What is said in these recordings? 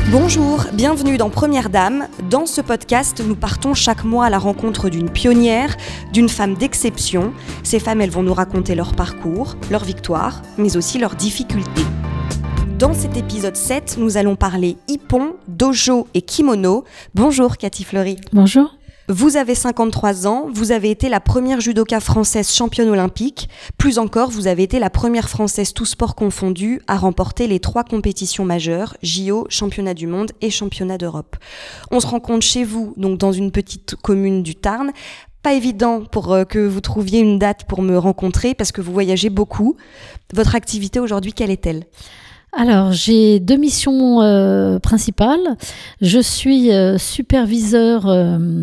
Bonjour, bienvenue dans Première Dame. Dans ce podcast, nous partons chaque mois à la rencontre d'une pionnière, d'une femme d'exception. Ces femmes, elles vont nous raconter leur parcours, leurs victoires, mais aussi leurs difficultés. Dans cet épisode 7, nous allons parler ippon, dojo et kimono. Bonjour Cathy Fleury. Bonjour. Vous avez 53 ans, vous avez été la première judoka française championne olympique. Plus encore, vous avez été la première française tous sports confondus à remporter les 3 compétitions majeures, JO, championnat du monde et championnat d'Europe. On se rencontre chez vous, donc dans une petite commune du Tarn. Pas évident pour que vous trouviez une date pour me rencontrer parce que vous voyagez beaucoup. Votre activité aujourd'hui, quelle est-elle ? Alors, j'ai 2 missions principales. Je suis superviseur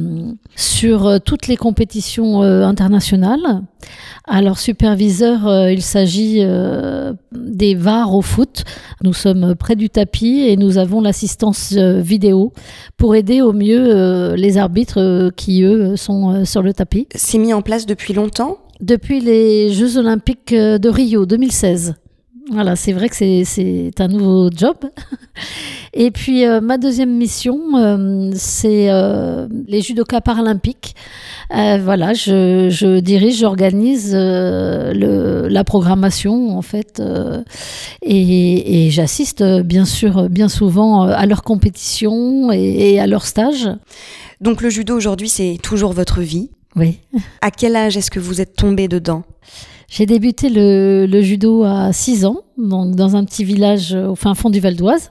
sur toutes les compétitions internationales. Alors, superviseur, il s'agit des VAR au foot. Nous sommes près du tapis et nous avons l'assistance vidéo pour aider au mieux les arbitres qui, eux, sont sur le tapis. C'est mis en place depuis longtemps ? Depuis les Jeux Olympiques de Rio 2016. Voilà, c'est vrai que c'est un nouveau job. Et puis, ma deuxième mission, c'est les judokas paralympiques. Voilà, je dirige, j'organise la programmation, en fait, et j'assiste, bien sûr, bien souvent à leurs compétitions et à leurs stages. Donc, le judo, aujourd'hui, c'est toujours votre vie ? Oui. À quel âge est-ce que vous êtes tombée dedans ? J'ai débuté le judo à 6 ans, donc dans un petit village au fin fond du Val d'Oise,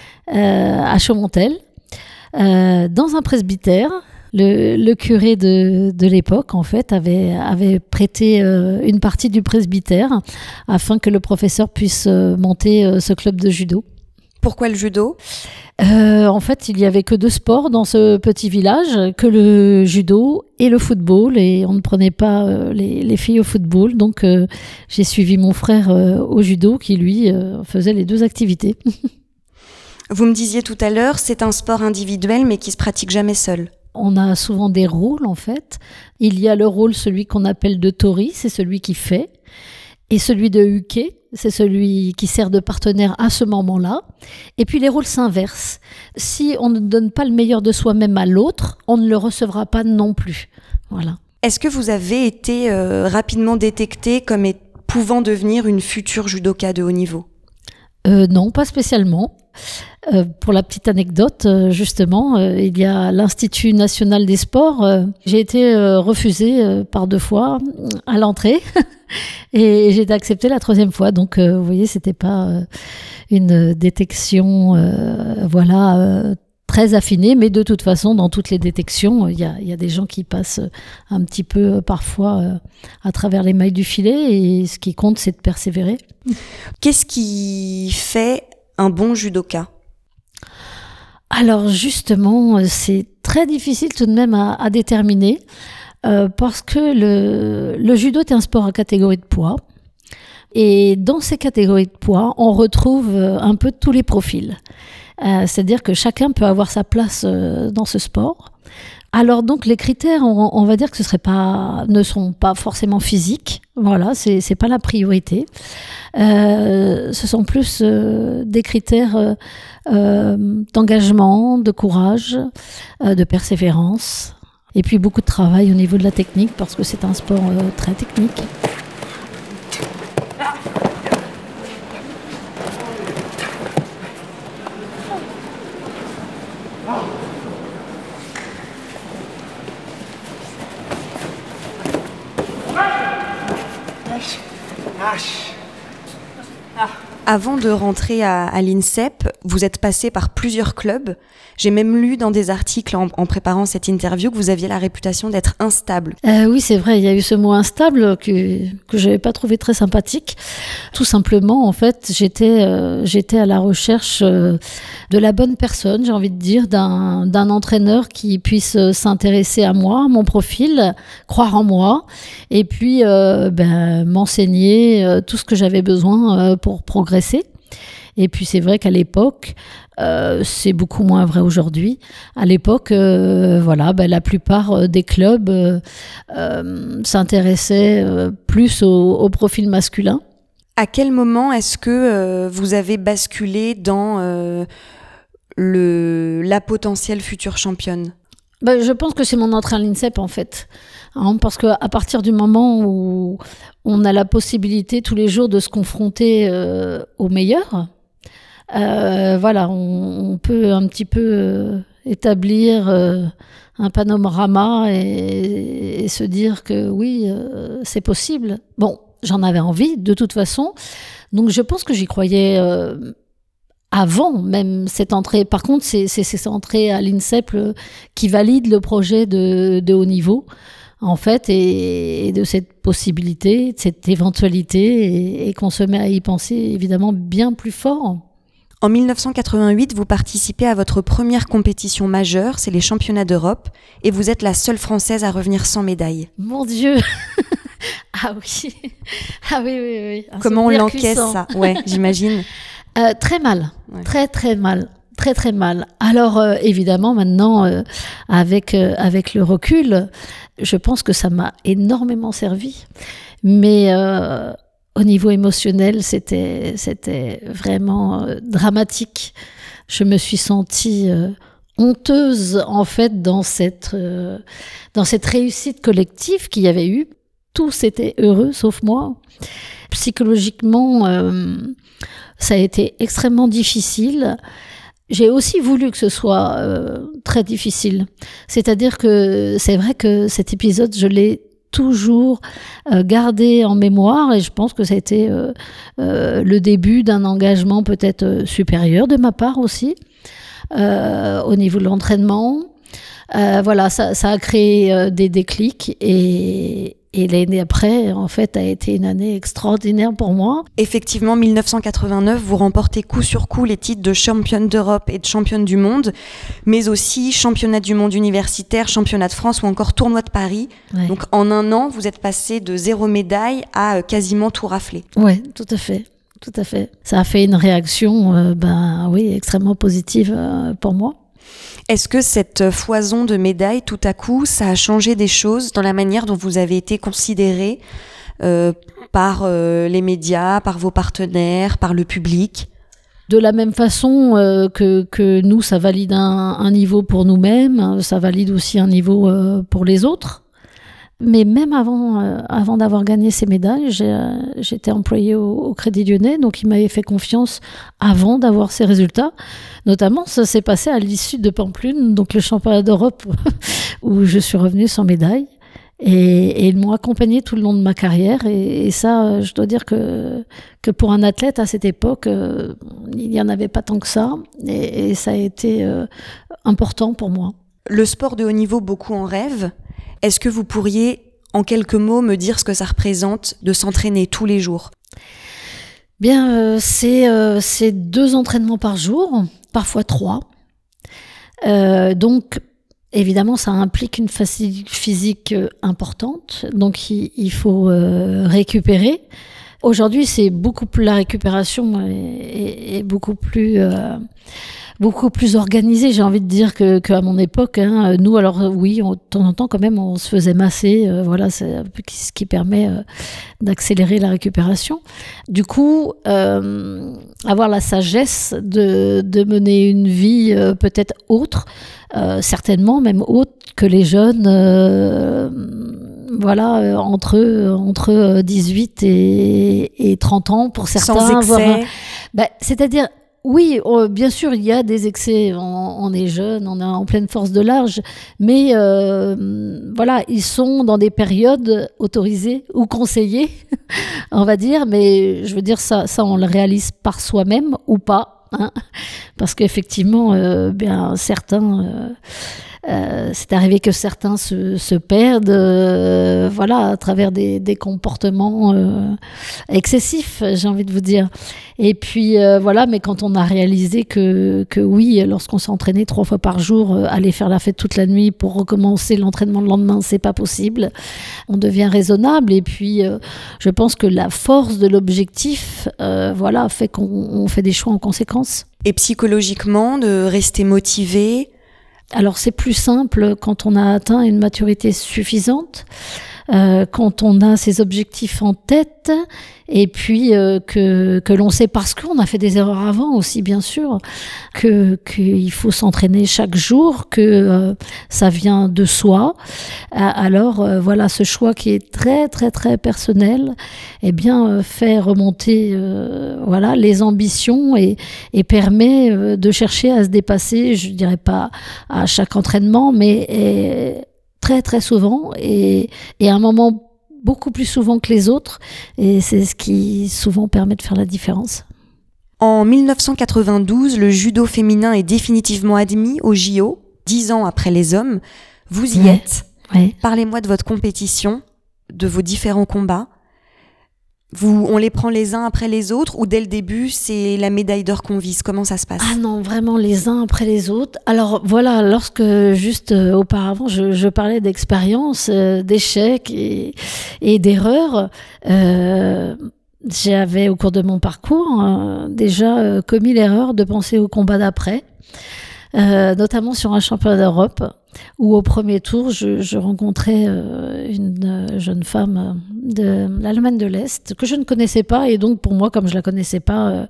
à Chaumontel, dans un presbytère. Le curé de l'époque, en fait, avait prêté une partie du presbytère afin que le professeur puisse monter ce club de judo. Pourquoi le judo ? En fait, il n'y avait que 2 sports dans ce petit village, que le judo et le football, et on ne prenait pas les filles au football. Donc, j'ai suivi mon frère au judo qui, lui, faisait les 2 activités. Vous me disiez tout à l'heure, c'est un sport individuel, mais qui se pratique jamais seul. On a souvent des rôles, en fait. Il y a le rôle, celui qu'on appelle de tori, c'est celui qui fait, et celui de uke, c'est celui qui sert de partenaire à ce moment-là. Et puis les rôles s'inversent. Si on ne donne pas le meilleur de soi-même à l'autre, on ne le recevra pas non plus. Voilà. Est-ce que vous avez été rapidement détectée comme pouvant devenir une future judoka de haut niveau ? Non, pas spécialement. Pour la petite anecdote, justement, il y a l'Institut national des sports. J'ai été refusée par 2 fois à l'entrée et j'ai été acceptée la 3e fois. Donc, vous voyez, c'était pas une détection, très affinée, mais de toute façon, dans toutes les détections, il y a des gens qui passent un petit peu parfois à travers les mailles du filet, et ce qui compte, c'est de persévérer. Qu'est-ce qui fait un bon judoka ? Alors justement, c'est très difficile tout de même à déterminer parce que le judo est un sport à catégorie de poids. Et dans ces catégories de poids, on retrouve un peu tous les profils. C'est-à-dire que chacun peut avoir sa place dans ce sport. Alors donc les critères, on va dire que ne sont pas forcément physiques. Voilà, c'est pas la priorité. Ce sont plus des critères d'engagement, de courage, de persévérance, et puis beaucoup de travail au niveau de la technique parce que c'est un sport très technique. Avant de rentrer à l'INSEP, vous êtes passé par plusieurs clubs. J'ai même lu dans des articles en préparant cette interview que vous aviez la réputation d'être instable. Oui, c'est vrai, il y a eu ce mot instable que je n'avais pas trouvé très sympathique. Tout simplement, en fait, j'étais à la recherche de la bonne personne, j'ai envie de dire, d'un entraîneur qui puisse s'intéresser à moi, à mon profil, croire en moi, et puis m'enseigner tout ce que j'avais besoin pour progresser. Et puis c'est vrai qu'à l'époque, c'est beaucoup moins vrai aujourd'hui. À l'époque, la plupart des clubs s'intéressaient plus au profil masculin. À quel moment est-ce que vous avez basculé dans la potentielle future championne? Je pense que c'est mon entrée à l'INSEP en fait. Parce qu'à partir du moment où on a la possibilité tous les jours de se confronter aux meilleurs, on peut un petit peu établir un panorama et se dire que oui, c'est possible. Bon, j'en avais envie de toute façon, donc je pense que j'y croyais avant même cette entrée. Par contre, c'est cette entrée à l'INSEP qui valide le projet de haut niveau, en fait, et de cette possibilité, de cette éventualité, et qu'on se met à y penser évidemment bien plus fort. En 1988, vous participez à votre première compétition majeure, c'est les championnats d'Europe, et vous êtes la seule Française à revenir sans médaille. Mon Dieu. Ah oui. Ah oui. Comment on l'encaisse, ça? Ouais, j'imagine. Très mal. Ouais. Très mal. Très mal. Alors évidemment maintenant avec le recul, je pense que ça m'a énormément servi. Mais au niveau émotionnel, c'était vraiment dramatique. Je me suis sentie honteuse en fait dans cette réussite collective qu'il y avait eu. Tous étaient heureux sauf moi. Psychologiquement, ça a été extrêmement difficile. J'ai aussi voulu que ce soit très difficile. C'est-à-dire que c'est vrai que cet épisode, je l'ai toujours gardé en mémoire et je pense que ça a été le début d'un engagement peut-être supérieur de ma part aussi au niveau de l'entraînement. Ça a créé des déclics et l'année après, en fait, a été une année extraordinaire pour moi. Effectivement, 1989, vous remportez coup sur coup les titres de championne d'Europe et de championne du monde, mais aussi championnat du monde universitaire, championnat de France ou encore tournoi de Paris. Ouais. Donc en un an, vous êtes passé de 0 médaille à quasiment tout rafler. Oui, tout à fait. Ça a fait une réaction extrêmement positive pour moi. Est-ce que cette foison de médailles, tout à coup, ça a changé des choses dans la manière dont vous avez été considérée par les médias, par vos partenaires, par le public ? De la même façon que nous, ça valide un niveau pour nous-mêmes, ça valide aussi un niveau pour les autres. Mais même avant d'avoir gagné ces médailles, j'étais employée au Crédit Lyonnais, donc ils m'avaient fait confiance avant d'avoir ces résultats. Notamment, ça s'est passé à l'issue de Pampelune, donc le championnat d'Europe où je suis revenue sans médaille. Et ils m'ont accompagnée tout le long de ma carrière. Et ça, je dois dire que pour un athlète à cette époque, il n'y en avait pas tant que ça. Et ça a été important pour moi. Le sport de haut niveau, beaucoup en rêvent. Est-ce que vous pourriez, en quelques mots, me dire ce que ça représente de s'entraîner tous les jours ? Bien, c'est 2 entraînements par jour, parfois 3. Donc, évidemment, ça implique une fatigue physique importante. Donc, il faut récupérer. Aujourd'hui, c'est beaucoup plus la récupération est beaucoup plus organisée, j'ai envie de dire, qu'à mon époque. Nous, alors oui, de temps en temps, quand même, on se faisait masser. C'est ce qui permet d'accélérer la récupération. Du coup, avoir la sagesse de mener une vie peut-être autre, certainement même autre que les jeunes, entre 18 et 30 ans pour certains. Sans excès. C'est-à-dire, oui, bien sûr, il y a des excès. On est jeune, on est en pleine force de l'âge, mais ils sont dans des périodes autorisées ou conseillées, on va dire. Mais je veux dire, ça on le réalise par soi-même ou pas, parce qu'effectivement, certains. C'est arrivé que certains se perdent à travers des comportements excessifs, j'ai envie de vous dire. Et puis mais quand on a réalisé que oui, lorsqu'on s'est entraîné 3 fois par jour, aller faire la fête toute la nuit pour recommencer l'entraînement le lendemain, c'est pas possible. On devient raisonnable et puis je pense que la force de l'objectif fait qu'on fait des choix en conséquence. Et psychologiquement, de rester motivé? Alors c'est plus simple quand on a atteint une maturité suffisante. quand on a ses objectifs en tête et puis que l'on sait, parce qu'on a fait des erreurs avant aussi bien sûr, qu'il faut s'entraîner chaque jour, que ça vient de soi. Alors voilà, ce choix qui est très très très personnel, eh bien fait remonter voilà les ambitions et permet de chercher à se dépasser, je dirais pas à chaque entraînement, mais très très souvent et à un moment beaucoup plus souvent que les autres, et c'est ce qui souvent permet de faire la différence. En 1992, le judo féminin est définitivement admis au JO, 10 ans après les hommes. Vous y êtes. Ouais. Parlez-moi de votre compétition, de vos différents combats. On les prend les uns après les autres, ou dès le début, c'est la médaille d'or qu'on vise? Comment ça se passe? Ah non, vraiment les uns après les autres. Alors voilà, lorsque juste auparavant, je parlais d'expérience, d'échecs et d'erreurs, j'avais au cours de mon parcours déjà commis l'erreur de penser au combat d'après, notamment sur un championnat d'Europe, où au premier tour, je rencontrais une jeune femme de l'Allemagne de l'Est que je ne connaissais pas, et donc pour moi, comme je la connaissais pas,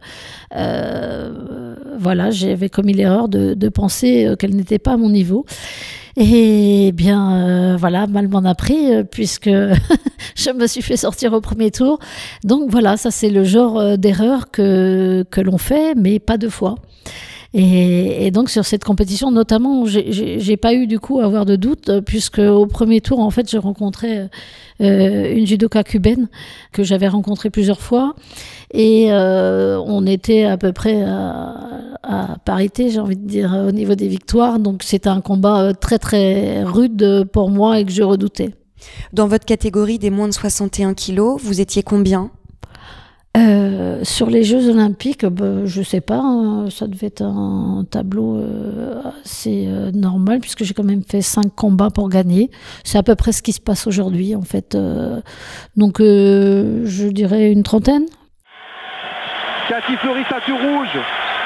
voilà, j'avais commis l'erreur de penser qu'elle n'était pas à mon niveau. Et bien, voilà, mal m'en a pris, puisque je me suis fait sortir au premier tour. Donc voilà, ça c'est le genre d'erreur que l'on fait, mais pas deux fois. Et donc sur cette compétition, notamment, j'ai pas eu du coup à avoir de doute, puisque au premier tour, en fait, je rencontrais une judoka cubaine que j'avais rencontrée plusieurs fois, et on était à peu près à parité, j'ai envie de dire, au niveau des victoires. Donc c'était un combat très très rude pour moi et que je redoutais. Dans votre catégorie des moins de 61 kilos, vous étiez combien ? Sur les Jeux Olympiques, je sais pas, hein, ça devait être un tableau assez normal, puisque j'ai quand même fait 5 combats pour gagner. C'est à peu près ce qui se passe aujourd'hui, en fait. Donc, je dirais une trentaine. Cathy Fleury, ceinture rouge.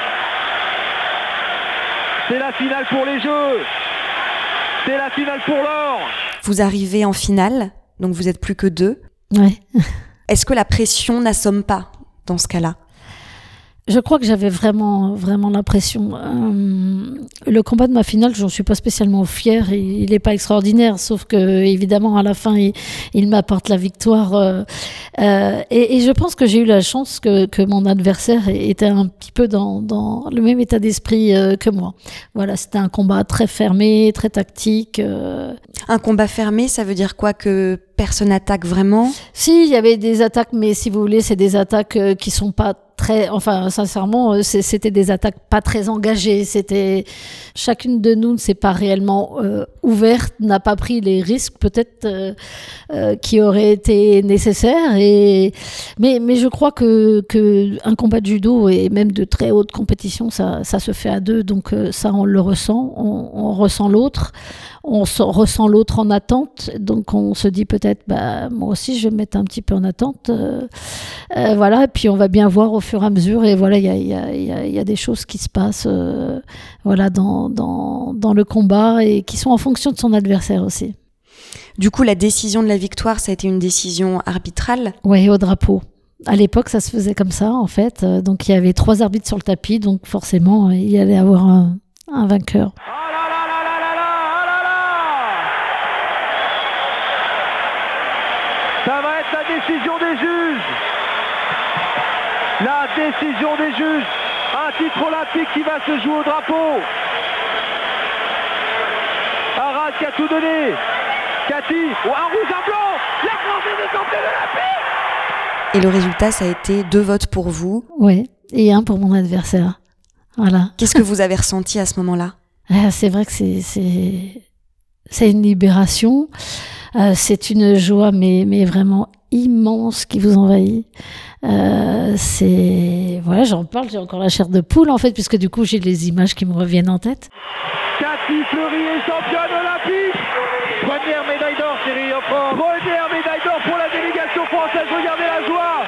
C'est la finale pour les Jeux. C'est la finale pour l'or. Vous arrivez en finale, donc vous êtes plus que 2. Ouais. Est-ce que la pression n'assomme pas dans ce cas-là ? Je crois que j'avais vraiment, vraiment la pression. Le combat de ma finale, j'en suis pas spécialement fière. Il est pas extraordinaire, sauf que évidemment à la fin, il m'apporte la victoire. Et je pense que j'ai eu la chance que mon adversaire était un petit peu dans le même état d'esprit que moi. Voilà, c'était un combat très fermé, très tactique. Un combat fermé, ça veut dire quoi, que personne n'attaque vraiment ? Si, il y avait des attaques, mais si vous voulez, c'est des attaques qui sont pas très, enfin, sincèrement, c'était des attaques pas très engagées. C'était, chacune de nous ne s'est pas réellement ouverte, n'a pas pris les risques peut-être qui auraient été nécessaires. Mais je crois que un combat de judo et même de très haute compétition, ça se fait à deux. Donc ça, on le ressent, on ressent l'autre. On ressent l'autre en attente, donc on se dit peut-être, moi aussi je vais me mettre un petit peu en attente, voilà, et puis on va bien voir au fur et à mesure, et voilà, il y a des choses qui se passent, voilà, dans le combat, et qui sont en fonction de son adversaire aussi. Du coup, la décision de la victoire, ça a été une décision arbitrale ? Oui, au drapeau. À l'époque, ça se faisait comme ça, en fait, donc il y avait 3 arbitres sur le tapis, donc forcément, il y allait avoir un vainqueur. Ça va être la décision des juges. La décision des juges. Un titre olympique qui va se jouer au drapeau. Arad qui a tout donné. Cathy, un rouge, un blanc. La France est championne olympique. Et le résultat, ça a été 2 votes pour vous. Oui, et 1 pour mon adversaire. Voilà. Qu'est-ce que vous avez ressenti à ce moment-là ? C'est vrai que c'est une libération. C'est une joie, mais vraiment immense qui vous envahit. Voilà, j'en parle, j'ai encore la chair de poule en fait, puisque du coup j'ai les images qui me reviennent en tête. Cathy Fleury est championne olympique. Première médaille d'or, Thierry Offrand. Première médaille d'or pour la délégation française. Regardez la joie.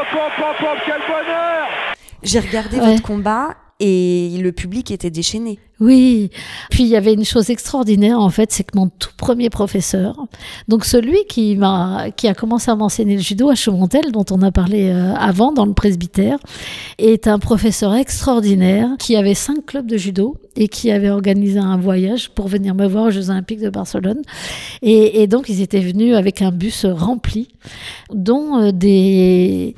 Quel bonheur. J'ai regardé votre combat et le public était déchaîné. Oui, puis il y avait une chose extraordinaire en fait, c'est que mon tout premier professeur, donc celui qui a commencé à m'enseigner le judo à Chaumontel, dont on a parlé avant dans le presbytère, est un professeur extraordinaire qui avait 5 clubs de judo et qui avait organisé un voyage pour venir me voir aux Jeux Olympiques de Barcelone. Et donc ils étaient venus avec un bus rempli, dont des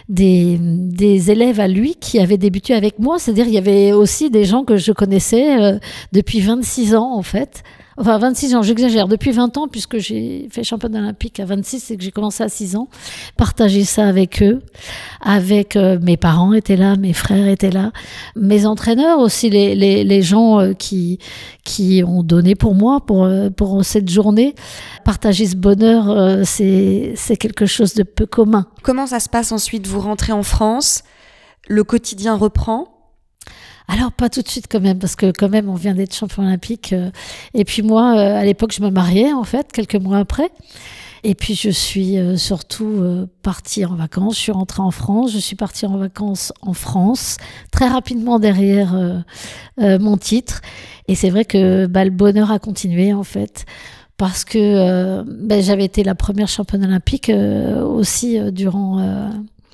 élèves à lui qui avaient débuté avec moi, c'est-à-dire il y avait aussi des gens que je connaissais depuis 26 ans en fait. Enfin 26 ans, j'exagère, depuis 20 ans puisque j'ai fait championne olympique à 26 et que j'ai commencé à 6 ans. Partager ça avec eux, avec mes parents étaient là, mes frères étaient là, mes entraîneurs aussi, les gens qui ont donné pour moi, pour cette journée. Partager ce bonheur, c'est quelque chose de peu commun. Comment ça se passe ensuite? Vous rentrez en France, le quotidien reprend? Alors, pas tout de suite quand même, parce que quand même, on vient d'être champion olympique. Et puis moi, à l'époque, je me mariais, en fait, quelques mois après. Et puis, je suis surtout partie en vacances. Je suis rentrée en France. Je suis partie en vacances en France, très rapidement derrière mon titre. Et c'est vrai que le bonheur a continué, en fait. Parce que j'avais été la première championne olympique aussi durant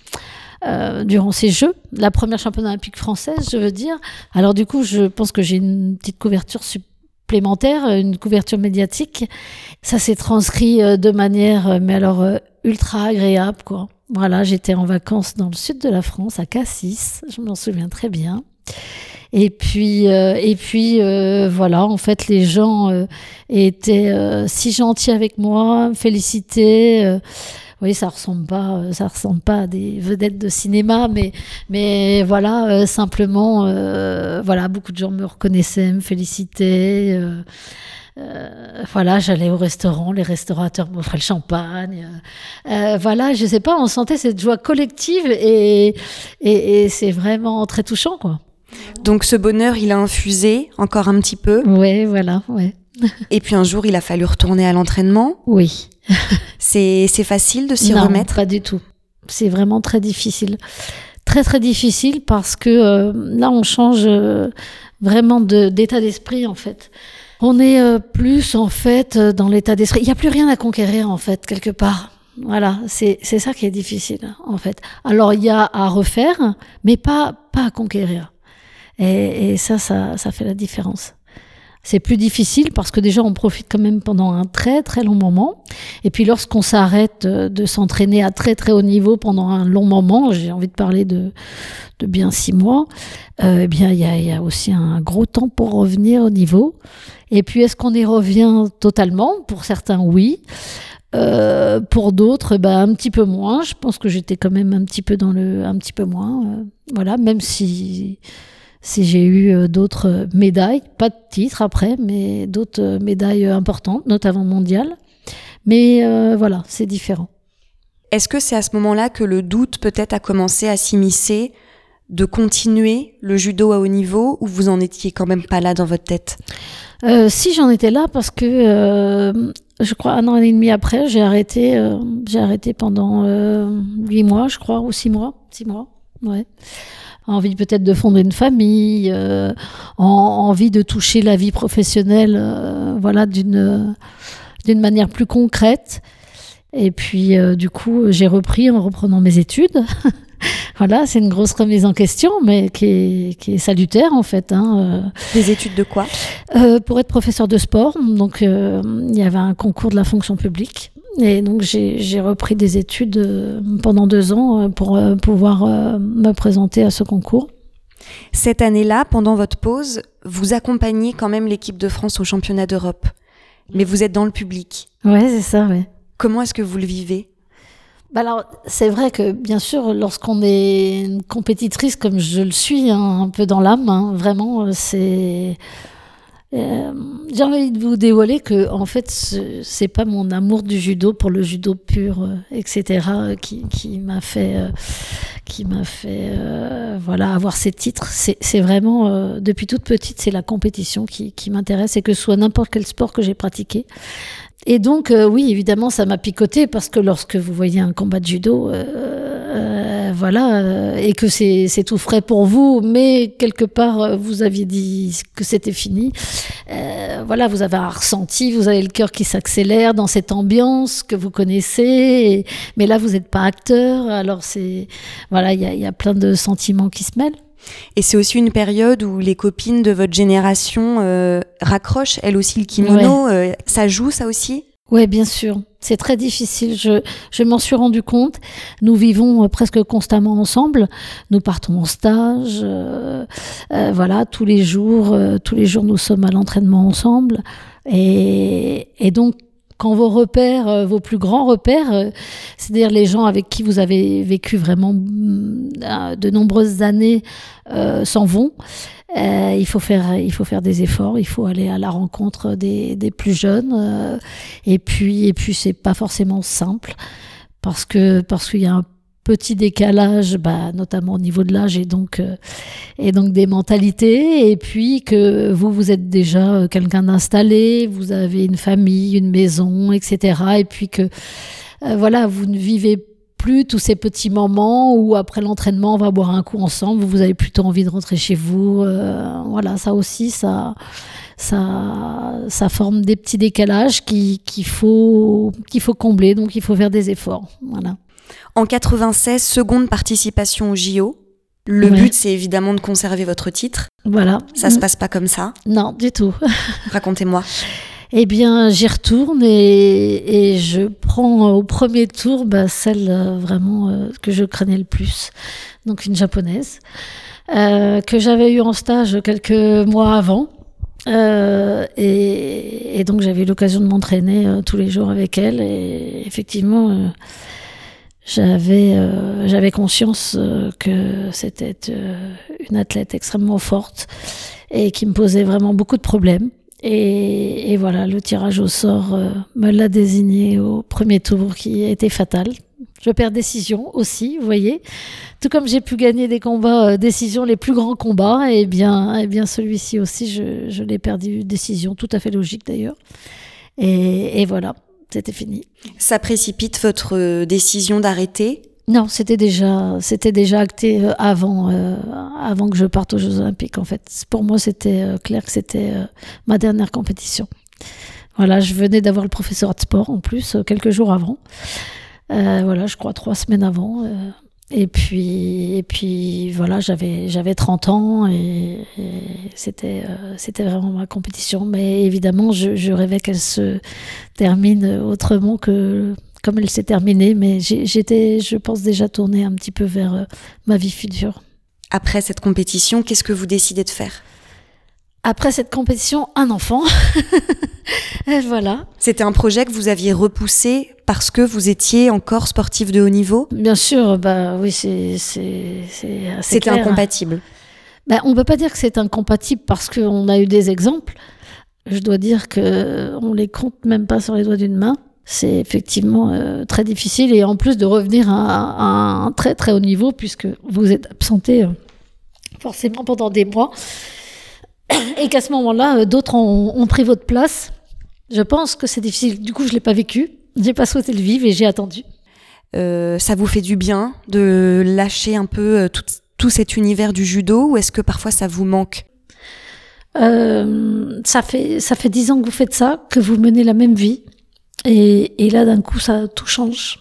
ces Jeux, la première championne olympique française, je veux dire. Alors du coup, je pense que j'ai une petite couverture supplémentaire, une couverture médiatique. Ça s'est transcrit de manière, mais alors ultra agréable, quoi. Voilà, j'étais en vacances dans le sud de la France, à Cassis, je m'en souviens très bien. Et puis voilà, en fait, les gens étaient si gentils avec moi, me félicitaient. Oui, ça ressemble pas à des vedettes de cinéma, mais voilà, simplement, voilà, beaucoup de gens me reconnaissaient, me félicitaient. Voilà, j'allais au restaurant, les restaurateurs m'offraient le champagne. Voilà, je sais pas, on sentait cette joie collective et c'est vraiment très touchant, quoi. Donc ce bonheur, il a infusé encore un petit peu. Oui, voilà, ouais. Et puis un jour, il a fallu retourner à l'entraînement. Oui. C'est facile de s'y non, remettre? Pas du tout. C'est vraiment très difficile. Très, très difficile parce que là, on change vraiment d'état d'esprit, en fait. On est plus, en fait, dans l'état d'esprit. Il n'y a plus rien à conquérir, en fait, quelque part. Voilà, c'est ça qui est difficile, en fait. Alors, il y a à refaire, mais pas à conquérir. Et ça fait la différence. C'est plus difficile parce que déjà on profite quand même pendant un très très long moment. Et puis lorsqu'on s'arrête de s'entraîner à très très haut niveau pendant un long moment, j'ai envie de parler de bien 6 mois, eh bien il y a aussi un gros temps pour revenir au niveau. Et puis est-ce qu'on y revient totalement? Pour certains, oui. Pour d'autres, un petit peu moins. Je pense que j'étais quand même un petit peu un petit peu moins. Voilà, même si j'ai eu d'autres médailles, pas de titre après, mais d'autres médailles importantes, notamment mondiales. Mais voilà, c'est différent. Est-ce que c'est à ce moment-là que le doute peut-être a commencé à s'immiscer de continuer le judo à haut niveau, ou vous en étiez quand même pas là dans votre tête? Si, j'en étais là parce que je crois 1 an et demi après, j'ai arrêté pendant 8 mois, je crois, ou 6 mois. 6 mois, ouais. Envie peut-être de fonder une famille, envie de toucher la vie professionnelle, voilà, d'une manière plus concrète. Et puis, du coup, j'ai repris en reprenant mes études. Voilà, c'est une grosse remise en question, mais qui est salutaire, en fait. Des études de quoi? Pour être professeur de sport. Donc, il y avait un concours de la fonction publique. Et donc, j'ai repris des études pendant 2 ans pour pouvoir me présenter à ce concours. Cette année-là, pendant votre pause, vous accompagnez quand même l'équipe de France au championnat d'Europe. Mais vous êtes dans le public. Ouais, c'est ça, ouais. Comment est-ce que vous le vivez? Alors, c'est vrai que, bien sûr, lorsqu'on est une compétitrice, comme je le suis, un peu dans l'âme, vraiment, c'est... j'ai envie de vous dévoiler que en fait c'est pas mon amour du judo pour le judo pur etc qui m'a fait voilà, avoir ces titres. C'est vraiment depuis toute petite, c'est la compétition qui m'intéresse, et que ce soit n'importe quel sport que j'ai pratiqué. Et donc oui, évidemment, ça m'a picoté, parce que lorsque vous voyez un combat de judo, et que c'est tout frais pour vous, mais quelque part vous aviez dit que c'était fini. Vous avez un ressenti, vous avez le cœur qui s'accélère dans cette ambiance que vous connaissez, mais là vous n'êtes pas acteur, alors il y a plein de sentiments qui se mêlent. Et c'est aussi une période où les copines de votre génération raccrochent, elles aussi, le kimono. Ouais. Ça joue, ça aussi ? Oui, bien sûr. C'est très difficile. Je m'en suis rendu compte. Nous vivons presque constamment ensemble. Nous partons en stage. Tous les jours, nous sommes à l'entraînement ensemble. Et donc, quand vos plus grands repères, c'est-à-dire les gens avec qui vous avez vécu vraiment de nombreuses années, s'en vont, il faut faire des efforts, il faut aller à la rencontre des plus jeunes, et puis c'est pas forcément simple parce qu'il y a un petit décalage, notamment au niveau de l'âge et donc des mentalités, et puis que vous êtes déjà quelqu'un d'installé, vous avez une famille, une maison, etc. Et puis que vous ne vivez plus tous ces petits moments où après l'entraînement on va boire un coup ensemble, vous avez plutôt envie de rentrer chez vous. Ça aussi, ça forme des petits décalages qu'il faut combler, donc il faut faire des efforts. Voilà. En 96, seconde participation au JO. Le but, c'est évidemment de conserver votre titre. Voilà. Ça se passe pas comme ça ? Non, du tout. Racontez-moi. Eh bien, j'y retourne et je prends au premier tour celle vraiment que je craignais le plus. Donc une japonaise que j'avais eue en stage quelques mois avant. Et donc j'avais eu l'occasion de m'entraîner tous les jours avec elle. Et effectivement, j'avais conscience que c'était une athlète extrêmement forte et qui me posait vraiment beaucoup de problèmes. Et voilà, le tirage au sort me l'a désigné au premier tour, qui a été fatal. Je perds décision aussi, vous voyez. Tout comme j'ai pu gagner des combats décision, les plus grands combats, et bien celui-ci aussi, je l'ai perdu décision, tout à fait logique d'ailleurs. Et voilà, c'était fini. Ça précipite votre décision d'arrêter ? Non, c'était déjà acté avant que je parte aux Jeux Olympiques, en fait. Pour moi, c'était clair que c'était ma dernière compétition. Voilà, je venais d'avoir le professeur de sport, en plus, quelques jours avant. Je crois 3 semaines avant. Et puis voilà, j'avais 30 ans et c'était vraiment ma compétition. Mais évidemment, je rêvais qu'elle se termine autrement que comme elle s'est terminée, mais j'étais, je pense, déjà tournée un petit peu vers ma vie future. Après cette compétition, qu'est-ce que vous décidez de faire ? Après cette compétition, un enfant. Voilà. C'était un projet que vous aviez repoussé parce que vous étiez encore sportif de haut niveau ? Bien sûr, oui, c'est assez C'était clair. Incompatible. On ne peut pas dire que c'est incompatible parce qu'on a eu des exemples. Je dois dire qu'on les compte même pas sur les doigts d'une main. C'est effectivement très difficile, et en plus de revenir à un très très haut niveau, puisque vous êtes absenté forcément pendant des mois, et qu'à ce moment-là, d'autres ont pris votre place. Je pense que c'est difficile. Du coup, je ne l'ai pas vécu, j'ai pas souhaité le vivre et j'ai attendu. Ça vous fait du bien de lâcher un peu tout cet univers du judo, ou est-ce que parfois ça vous manque ? Ça fait 10 ans que vous faites ça, que vous menez la même vie. Et là, d'un coup, tout change.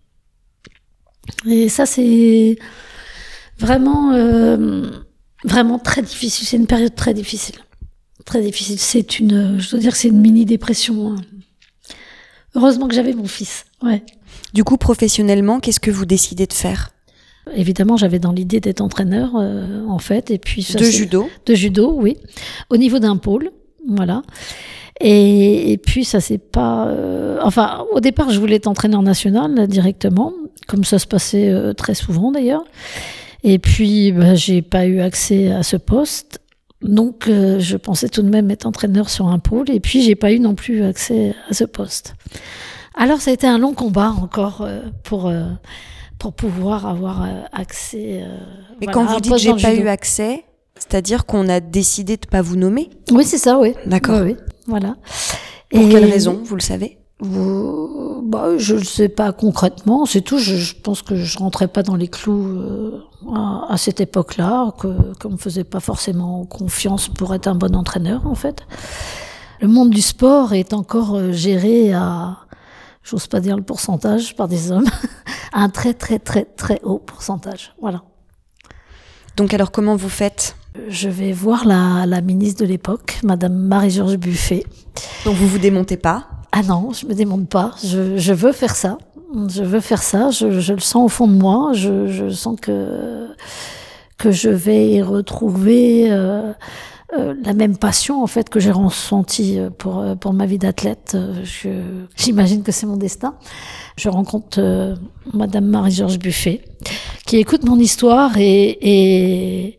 Et ça, c'est vraiment, vraiment très difficile. C'est une période très difficile. Très difficile. Je dois dire que c'est une mini-dépression. Heureusement que j'avais mon fils. Ouais. Du coup, professionnellement, qu'est-ce que vous décidez de faire ? Évidemment, j'avais dans l'idée d'être entraîneur, en fait. Et puis, ça, judo ? De judo, oui. Au niveau d'un pôle. Voilà. Et puis ça c'est pas au départ je voulais être entraîneur national directement, comme ça se passait très souvent d'ailleurs, et puis j'ai pas eu accès à ce poste, donc je pensais tout de même être entraîneur sur un pôle, et puis j'ai pas eu non plus accès à ce poste. Alors ça a été un long combat encore pour pouvoir avoir accès. Mais quand vous dites j'ai pas eu accès, c'est-à-dire qu'on a décidé de pas vous nommer ? Oui, c'est ça, oui. D'accord. Oui. Voilà. Pour quelle raison, vous le savez ? Je ne sais pas concrètement, c'est tout. Je pense que je rentrais pas dans les clous à cette époque-là, qu'on me faisait pas forcément confiance pour être un bon entraîneur, en fait. Le monde du sport est encore géré à, j'ose pas dire le pourcentage, par des hommes, à un très très très très haut pourcentage. Voilà. Donc alors comment vous faites ? Je vais voir la ministre de l'époque, Madame Marie-Georges Buffet. Donc vous vous démontez pas ? Ah non, je me démonte pas. Je veux faire ça. Je veux faire ça. Je le sens au fond de moi. Je sens que je vais retrouver la même passion en fait que j'ai ressentie pour ma vie d'athlète. J'imagine que c'est mon destin. Je rencontre Madame Marie-Georges Buffet, qui écoute mon histoire et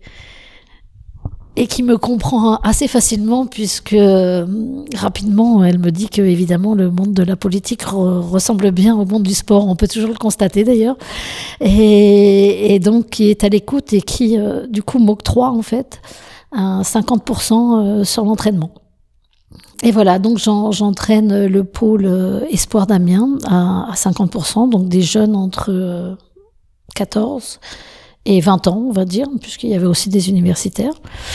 qui me comprend assez facilement puisque rapidement elle me dit que évidemment le monde de la politique ressemble bien au monde du sport, on peut toujours le constater d'ailleurs, et donc qui est à l'écoute et qui du coup m'octroie en fait un 50% sur l'entraînement. Et voilà, donc j'entraîne le pôle Espoir d'Amiens à 50%, donc des jeunes entre 14 et 20 ans, on va dire, puisqu'il y avait aussi des universitaires.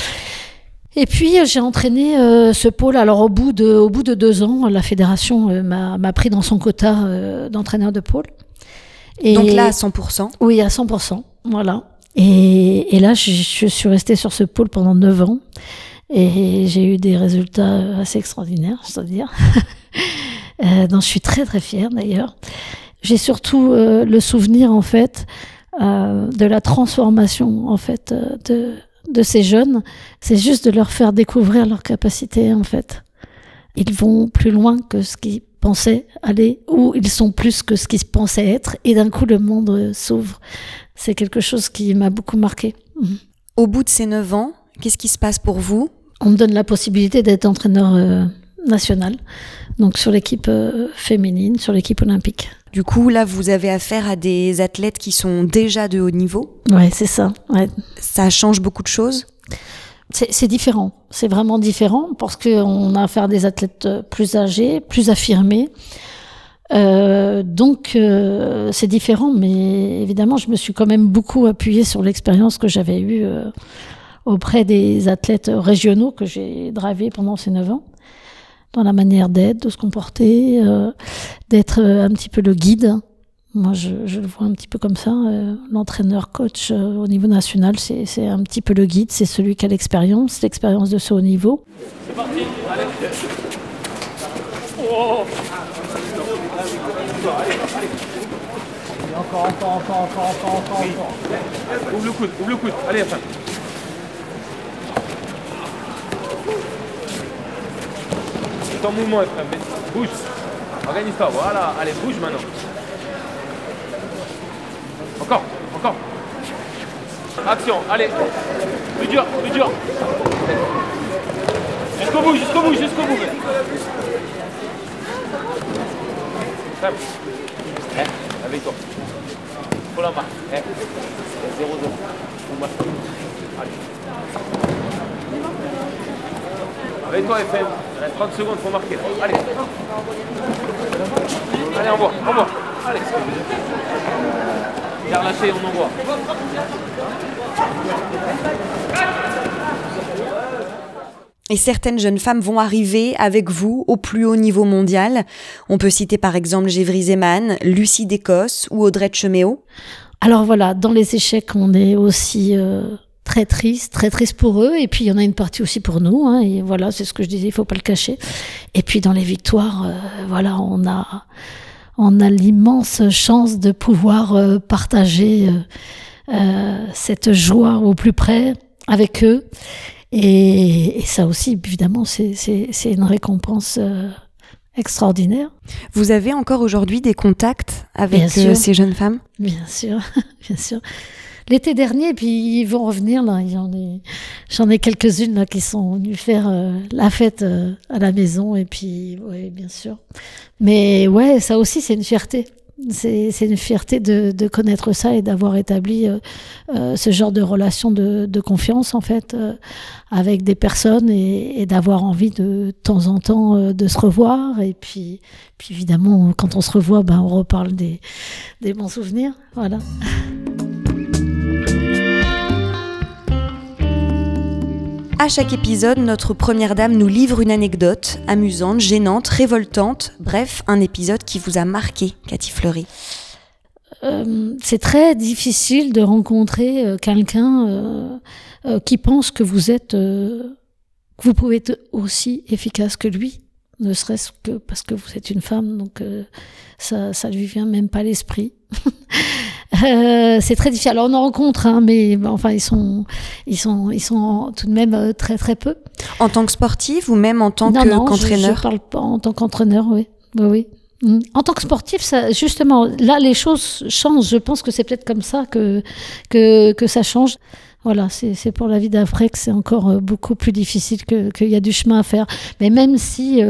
Et puis j'ai entraîné ce pôle. Alors au bout de 2 ans, la fédération m'a pris dans son quota d'entraîneur de pôle. Et donc là à 100%. Oui, à 100%, voilà. Et là je suis restée sur ce pôle pendant 9 ans et j'ai eu des résultats assez extraordinaires, je dois dire. Donc je suis très très fière d'ailleurs. J'ai surtout le souvenir en fait de la transformation en fait de ces jeunes. C'est juste de leur faire découvrir leurs capacités en fait. Ils vont plus loin que ce qu'ils pensaient aller, ou ils sont plus que ce qu'ils pensaient être, et d'un coup le monde s'ouvre. C'est quelque chose qui m'a beaucoup marqué. Au bout de ces 9 ans, qu'est-ce qui se passe pour vous ? On me donne la possibilité d'être entraîneur national, donc sur l'équipe féminine, sur l'équipe olympique. Du coup, là, vous avez affaire à des athlètes qui sont déjà de haut niveau. Ouais, c'est ça. Ouais. Ça change beaucoup de choses ? C'est différent. C'est vraiment différent parce qu'on a affaire à des athlètes plus âgés, plus affirmés. Donc, c'est différent. Mais évidemment, je me suis quand même beaucoup appuyée sur l'expérience que j'avais eue auprès des athlètes régionaux que j'ai drivés pendant ces 9 ans. Dans la manière d'être, de se comporter, d'être un petit peu le guide. Moi, je le vois un petit peu comme ça. L'entraîneur-coach au niveau national, c'est un petit peu le guide, c'est celui qui a l'expérience de ce haut niveau. C'est parti, allez. Oh. Encore. Ouvre le coude, allez, enfin. En mouvement, Ephraim, bouge, organise-toi, voilà, allez, bouge maintenant. Encore. Action, allez, plus dur. Jusqu'au bout. Ephraim, avec toi. Faut la marque, 0-0. Allez. Avec toi, FM. Il reste 30 secondes pour marquer. Allez. Allez, envoie. Allez. Il a relâché, on envoie. Et certaines jeunes femmes vont arriver avec vous au plus haut niveau mondial. On peut citer par exemple Gévry Zeman, Lucie d'Écosse ou Audrey Cheméo. Alors voilà, dans les échecs, on est aussi très triste pour eux. Et puis il y en a une partie aussi pour nous. Hein, et voilà, c'est ce que je disais, il faut pas le cacher. Et puis dans les victoires, voilà, on a l'immense chance de pouvoir partager cette joie au plus près avec eux. Et ça aussi, évidemment, c'est une récompense extraordinaire. Vous avez encore aujourd'hui des contacts avec ces jeunes femmes ? Bien sûr. L'été dernier, puis ils vont revenir là. J'en ai quelques-unes là qui sont venues faire la fête à la maison, et puis ouais, bien sûr. Mais ouais, ça aussi c'est une fierté. C'est une fierté de connaître ça et d'avoir établi ce genre de relation de confiance en fait avec des personnes et d'avoir envie de temps en temps de se revoir et puis évidemment quand on se revoit on reparle des bons souvenirs, voilà. À chaque épisode, notre première dame nous livre une anecdote amusante, gênante, révoltante. Bref, un épisode qui vous a marqué, Cathy Fleury. C'est très difficile de rencontrer quelqu'un qui pense que vous pouvez être aussi efficace que lui, ne serait-ce que parce que vous êtes une femme, donc ça lui vient même pas à l'esprit. C'est très difficile. Alors on en rencontre, mais enfin ils sont tout de même très très peu. En tant que sportive ou même en tant qu'entraîneur? Je parle pas en tant qu'entraîneur, oui. En tant que sportif, ça, justement, là les choses changent. Je pense que c'est peut-être comme ça que ça change. Voilà, c'est pour la vie d'après que c'est encore beaucoup plus difficile, qu'il y a du chemin à faire. Mais même si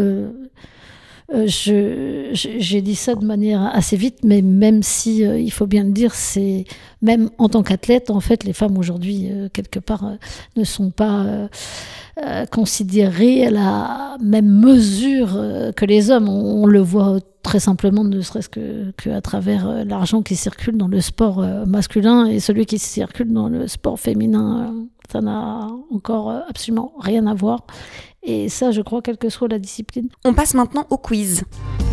j'ai dit ça de manière assez vite, mais même si il faut bien le dire, c'est même en tant qu'athlète, en fait, les femmes aujourd'hui quelque part ne sont pas considérées à la même mesure que les hommes. On le voit très simplement, ne serait-ce que à travers l'argent qui circule dans le sport masculin et celui qui circule dans le sport féminin. Ça n'a encore absolument rien à voir. Et ça, je crois, quelle que soit la discipline. On passe maintenant au quiz.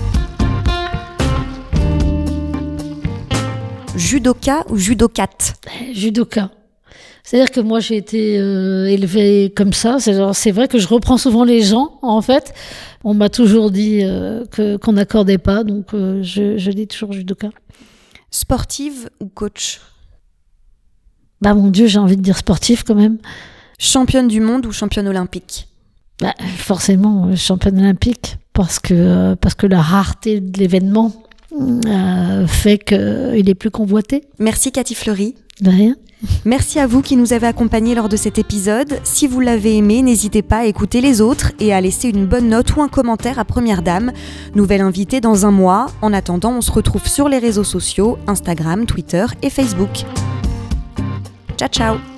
Judoka ou judokate? Judoka. C'est-à-dire que moi, j'ai été élevée comme ça. C'est vrai que je reprends souvent les gens, en fait. On m'a toujours dit qu'on n'accordait pas, donc je dis toujours judoka. Sportive ou coach? Mon Dieu, j'ai envie de dire sportive quand même. Championne du monde ou championne olympique? Forcément, championne olympique, parce que la rareté de l'événement fait qu'il est plus convoité. Merci Cathy Fleury. De rien. Merci à vous qui nous avez accompagnés lors de cet épisode. Si vous l'avez aimé, n'hésitez pas à écouter les autres et à laisser une bonne note ou un commentaire à Première Dame. Nouvelle invitée dans un mois. En attendant, on se retrouve sur les réseaux sociaux, Instagram, Twitter et Facebook. Ciao, ciao!